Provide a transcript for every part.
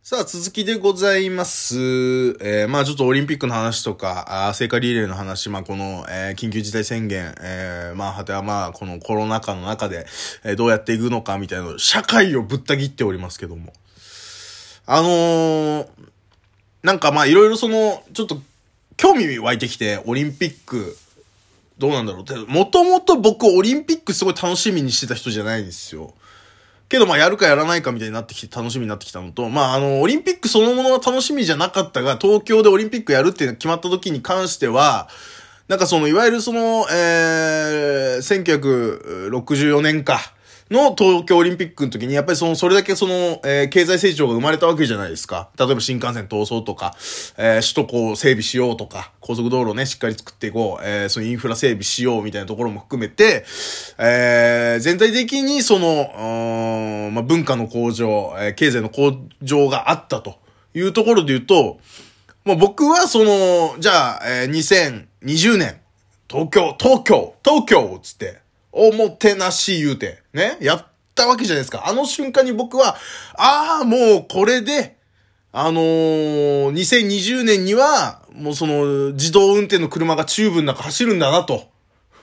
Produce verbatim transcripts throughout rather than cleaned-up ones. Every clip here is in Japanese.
さあ、続きでございます。えー、まあちょっとオリンピックの話とか、あ聖火リレーの話、まあこの、えー、緊急事態宣言、えー、まあ果てはまあこのコロナ禍の中で、えー、どうやっていくのかみたいなの、社会をぶった切っておりますけども。あのー、なんかまあいろいろその、ちょっと興味湧いてきて、オリンピック、どうなんだろうって、もともと僕オリンピックすごい楽しみにしてた人じゃないんですよ。けどまあやるかやらないかみたいになってきて楽しみになってきたのと、まああの、オリンピックそのものは楽しみじゃなかったが、東京でオリンピックやるって決まった時に関しては、なんかその、いわゆるその、えー、せんきゅうひゃくろくじゅうよねんかの東京オリンピックの時に、やっぱりその、それだけその、えー、経済成長が生まれたわけじゃないですか。例えば新幹線闘争とか、えー、首都高を整備しようとか、高速道路をね、しっかり作っていこう、えー、そのインフラ整備しようみたいなところも含めて、えー、全体的にその、まあ、文化の向上、えー、経済の向上があったというところで言うと、まあ、僕はその、じゃあ、えー、にせんにじゅうねん、東京、東京、東京つって、おもてなし言うて、ね、やったわけじゃないですか。あの瞬間に僕は、ああ、もうこれで、あのー、にせんにじゅうねんには、もうその、自動運転の車がチューブの中走るんだなと。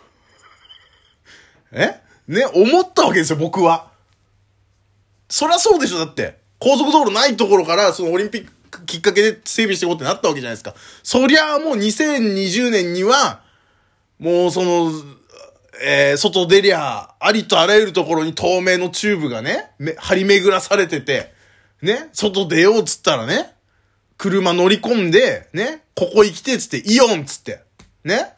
えね、思ったわけですよ、僕は。そりゃそうでしょ、だって。高速道路ないところから、そのオリンピックきっかけで整備していこうってなったわけじゃないですか。そりゃあもうにせんにじゅうねんには、もうその、えー、外出りゃ、ありとあらゆるところに透明のチューブがね、め張り巡らされてて、ね、外出ようっつったらね、車乗り込んで、ね、ここ行きてっつって、イオンっつって、ね。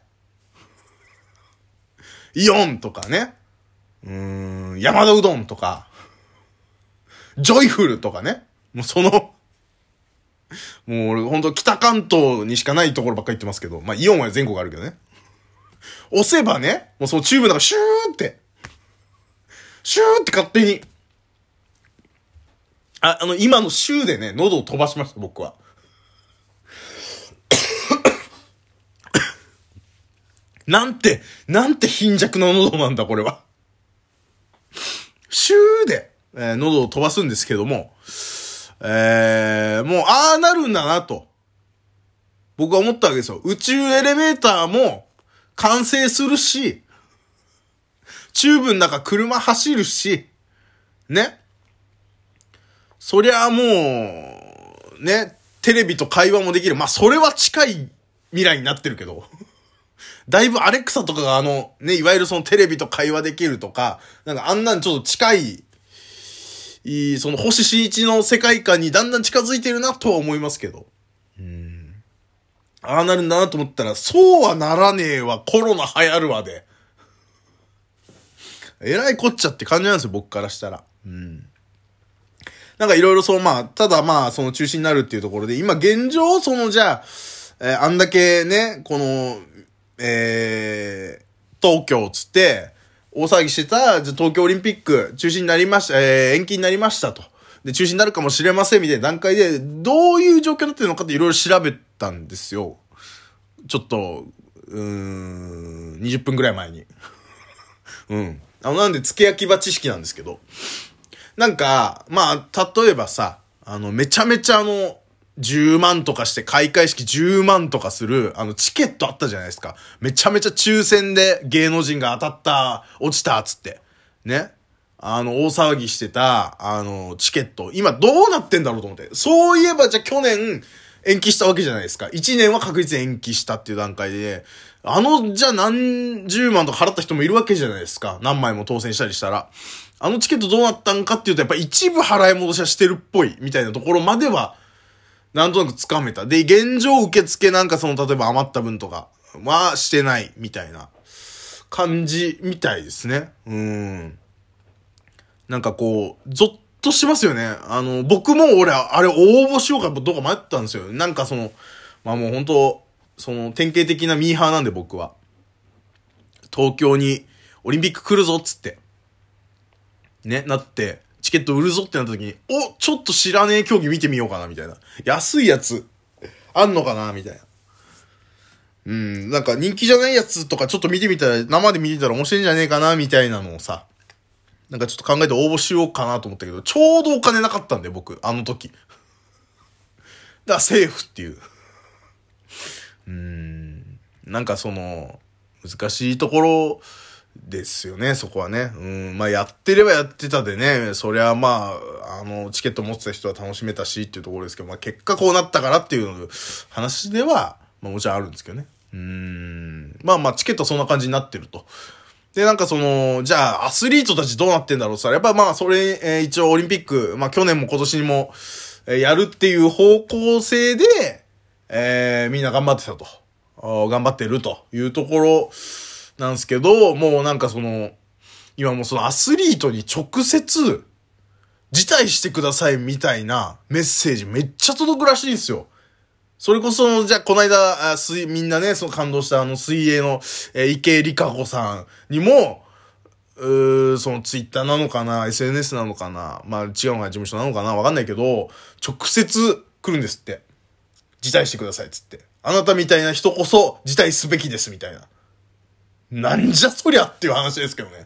イオンとかね、うーん、山田うどんとか、ジョイフルとかね、もうその、もう俺ほんと北関東にしかないところばっかり行ってますけど、まあイオンは全国あるけどね。押せばね、もうそのチューブの中シューって、シューって勝手に、あ、あの、今のシューでね、喉を飛ばしました、僕は。なんて、なんて貧弱な喉なんだ、これは。シューで、えー、喉を飛ばすんですけども、えー、もう、ああなるんだな、と。僕は思ったわけですよ。宇宙エレベーターも、完成するし、チューブの中車走るし、ね。そりゃあもう、ね、テレビと会話もできる。まあ、それは近い未来になってるけど。だいぶアレクサとかがあの、ね、いわゆるそのテレビと会話できるとか、なんかあんなんちょっと近い、いいその星新一の世界観にだんだん近づいてるなとは思いますけど。うーん。ああなるんだなと思ったら、そうはならねえわ、コロナ流行るわで。えらいこっちゃって感じなんですよ、僕からしたら。うん。なんかいろいろそう、まあ、ただまあ、その中止になるっていうところで、今現状、そのじゃあ、えー、あんだけね、この、えー、東京つって、大騒ぎしてた、じゃ東京オリンピック中止になりました、えー、延期になりましたと。で、中止になるかもしれませんみたいな段階で、どういう状況になってるのかっていろいろ調べたんですよ。ちょっと、うーん、にじゅっぷんぐらい前に。うん。あの、なんで、付け焼き場知識なんですけど。なんか、まあ、例えばさ、あの、めちゃめちゃあの、じゅうまんとかして開会式じゅうまんとかする、あの、チケットあったじゃないですか。めちゃめちゃ抽選で芸能人が当たった、落ちた、つって。ね。あの、大騒ぎしてた、あの、チケット。今どうなってんだろうと思って。そういえば、じゃあ去年、延期したわけじゃないですか。いちねんは確実に延期したっていう段階で、あの、じゃあ何十万とか払った人もいるわけじゃないですか。何枚も当選したりしたら。あのチケットどうなったんかっていうと、やっぱ一部払い戻しはしてるっぽい、みたいなところまでは、なんとなくつかめた。で、現状受付なんかその、例えば余った分とかはしてない、みたいな感じみたいですね。うーん。なんかこう、ゾッとしますよね。あの、僕も俺、あれ応募しようかどうか迷ったんですよ。なんかその、まあもう本当その、典型的なミーハーなんで僕は。東京にオリンピック来るぞっつって。ね、なって、チケット売るぞってなった時に、お、ちょっと知らねえ競技見てみようかな、みたいな。安いやつ、あんのかな、みたいな。うん、なんか人気じゃないやつとかちょっと見てみたら、生で見てたら面白いんじゃねえかな、みたいなのをさ、なんかちょっと考えて応募しようかなと思ったけど、ちょうどお金なかったんで、僕、あの時。 らセーフっていう。うーん。なんかその、難しいところですよね、そこはね。うん。まあやってればやってたでね、そりゃまあ、あの、チケット持ってた人は楽しめたしっていうところですけど、まあ結果こうなったからっていう話では、まあもちろんあるんですけどね。うーん。まあまあチケットそんな感じになってると。で、なんかその、じゃあアスリートたちどうなってんだろうって言ったら、やっぱまあそれ、えー、一応オリンピック、まあ去年も今年にも、えー、やるっていう方向性で、えー、みんな頑張ってたと。頑張ってるというところなんですけど、もうなんかその、今もうそのアスリートに直接、辞退してくださいみたいなメッセージめっちゃ届くらしいんですよ。それこそ、じゃあ、この間、水、みんなね、その感動したあの水泳の、えー、池江璃花子さんにも、うー、そのツイッターなのかな、エスエヌエス なのかな、まあ違うのが事務所なのかな、わかんないけど、直接来るんですって。辞退してくださいっつって。あなたみたいな人こそ辞退すべきですみたいな。なんじゃそりゃっていう話ですけどね。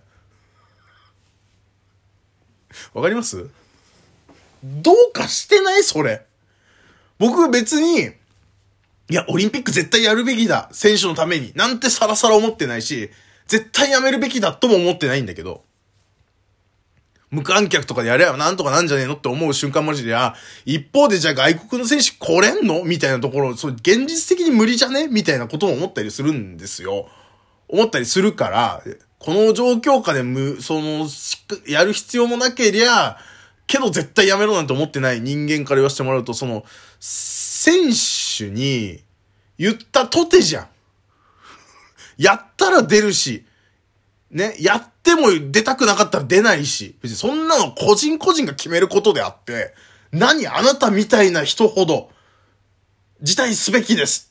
わかります？どうかしてないそれ。僕別に、いや、オリンピック絶対やるべきだ。選手のために。なんてさらさら思ってないし、絶対やめるべきだとも思ってないんだけど、無観客とかでやればなんとかなんじゃねえのって思う瞬間もあるし、一方でじゃあ外国の選手来れんのみたいなところ、そう現実的に無理じゃねみたいなことも思ったりするんですよ。思ったりするから、この状況下でむ、その、やる必要もなけりゃ、けど絶対やめろなんて思ってない人間から言わせてもらうと、その、選手に言ったとてじゃん。やったら出るし、ね、やっても出たくなかったら出ないし、別にそんなの個人個人が決めることであって、何あなたみたいな人ほど、辞退すべきですって。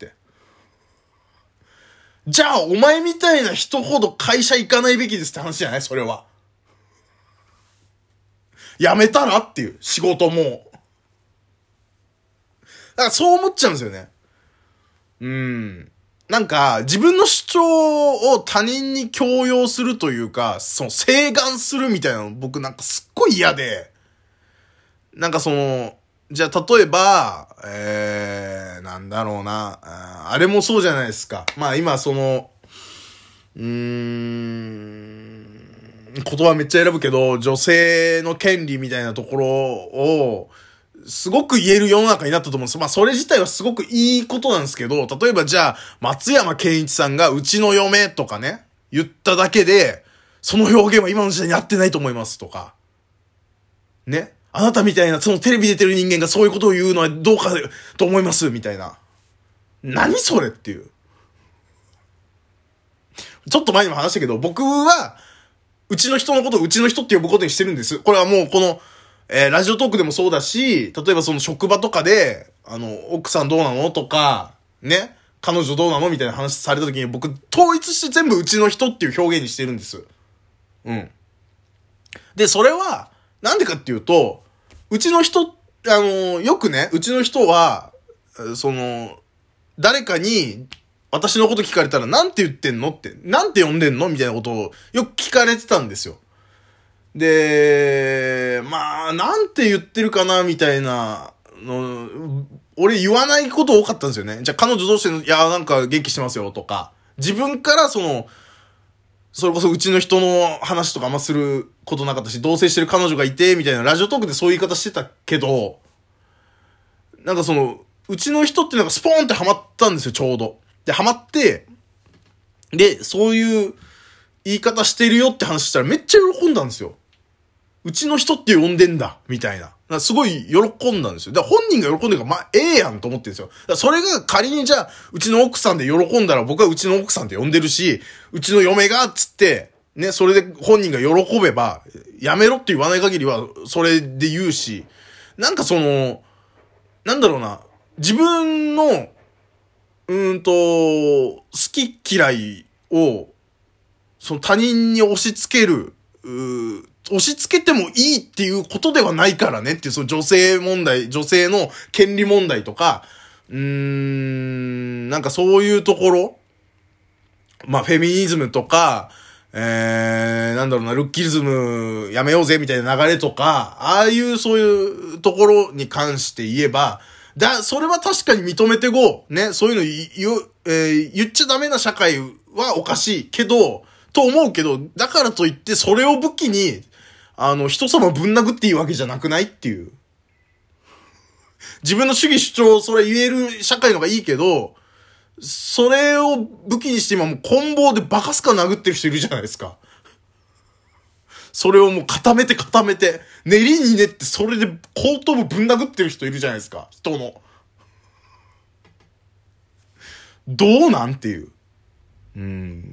じゃあお前みたいな人ほど会社行かないべきですって話じゃない？それは。やめたらっていう、仕事も。だからそう思っちゃうんですよね。うん。なんか、自分の主張を他人に強要するというか、その、請願するみたいなの僕なんかすっごい嫌で、なんかその、じゃあ例えば、えー、なんだろうな、あれもそうじゃないですか。まあ今その、うーん、言葉めっちゃ選ぶけど、女性の権利みたいなところを、すごく言える世の中になったと思うんです。まあそれ自体はすごくいいことなんですけど、例えばじゃあ、松山ケンイチさんがうちの嫁とかね、言っただけで、その表現は今の時代に合ってないと思いますとか。ね。あなたみたいな、そのテレビ出てる人間がそういうことを言うのはどうかと思いますみたいな。何それっていう。ちょっと前にも話したけど、僕は、うちの人のことをうちの人って呼ぶことにしてるんです。これはもうこの、えー、ラジオトークでもそうだし、例えばその職場とかで、あの、奥さんどうなのとか、ね、彼女どうなのみたいな話された時に僕、統一して全部うちの人っていう表現にしてるんです。うん。で、それは、なんでかっていうと、うちの人、あの、よくね、うちの人は、その、誰かに、私のこと聞かれたら、なんて言ってんのって、なんて呼んでんのみたいなことをよく聞かれてたんですよ。で、まあ、なんて言ってるかな、みたいなの、俺言わないこと多かったんですよね。じゃあ彼女どうしてんの？いや、なんか元気してますよ、とか。自分からその、それこそうちの人の話とかあんますることなかったし、同棲してる彼女がいて、みたいなラジオトークでそういう言い方してたけど、なんかその、うちの人ってなんかスポーンってハマったんですよ、ちょうど。で、ハマって、で、そういう言い方してるよって話したらめっちゃ喜んだんですよ。うちの人って呼んでんだ、みたいな。すごい喜んだんですよ。だから本人が喜んでるから、まあ、ええやんと思ってるんですよ。だからそれが仮にじゃあ、うちの奥さんで喜んだら僕はうちの奥さんって呼んでるし、うちの嫁が、つって、ね、それで本人が喜べば、やめろって言わない限りは、それで言うし、なんかその、なんだろうな、自分の、うーんと、好き嫌いを、その他人に押し付ける、うー押し付けてもいいっていうことではないからねっていう、その女性問題、女性の権利問題とか、うーん、なんかそういうところ、まあフェミニズムとか、えー、なんだろうな、ルッキズムやめようぜみたいな流れとか、ああいうそういうところに関して言えば、 だ、それは確かに認めてご、ね、そういうの言う、えー、言っちゃダメな社会はおかしいけど、と思うけど、だからといってそれを武器に、あの、人様ぶん殴っていいわけじゃなくないっていう。自分の主義主張、それ言える社会のがいいけど、それを武器にして今もう棍棒でバカスカ殴ってる人いるじゃないですか。それをもう固めて固めて、練りに練ってそれで後頭部ぶん殴ってる人いるじゃないですか。人の。どうなんていう。うん。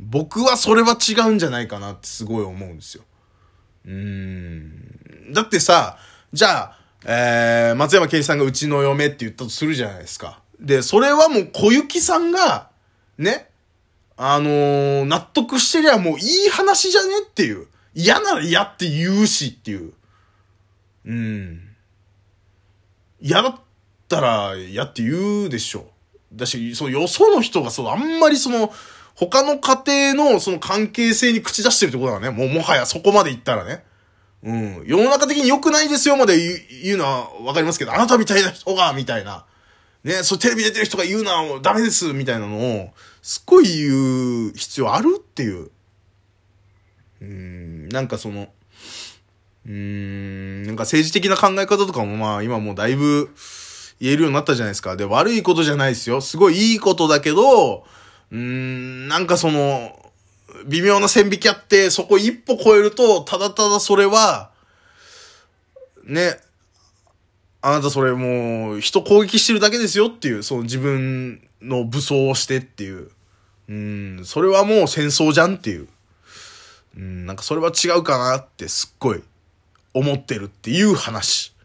僕はそれは違うんじゃないかなってすごい思うんですよ。うーん。だってさ、じゃあ、えー、松山ケンイチさんがうちの嫁って言ったとするじゃないですか。で、それはもう小雪さんが、ね、あのー、納得してりゃもういい話じゃねっていう。嫌なら嫌って言うしっていう。うん。嫌だったら嫌って言うでしょ。だし、そのよその人がそう、あんまりその、他の家庭のその関係性に口出してるってことだね。もうもはやそこまで言ったらね。うん。世の中的に良くないですよまで言う、言うのはわかりますけど、あなたみたいな人が、みたいな。ね、そうテレビ出てる人が言うのはダメです、みたいなのを、すっごい言う必要あるっていう。うーん、なんかその、うーん、なんか政治的な考え方とかもまあ今もうだいぶ言えるようになったじゃないですか。で、悪いことじゃないですよ。すごいいいことだけど、うーん、なんかその、微妙な線引きあって、そこ一歩超えると、ただただそれは、ね、あなたそれもう、人攻撃してるだけですよっていう、その自分の武装をしてっていう。うん、それはもう戦争じゃんっていう。うん、なんかそれは違うかなってすっごい思ってるっていう話。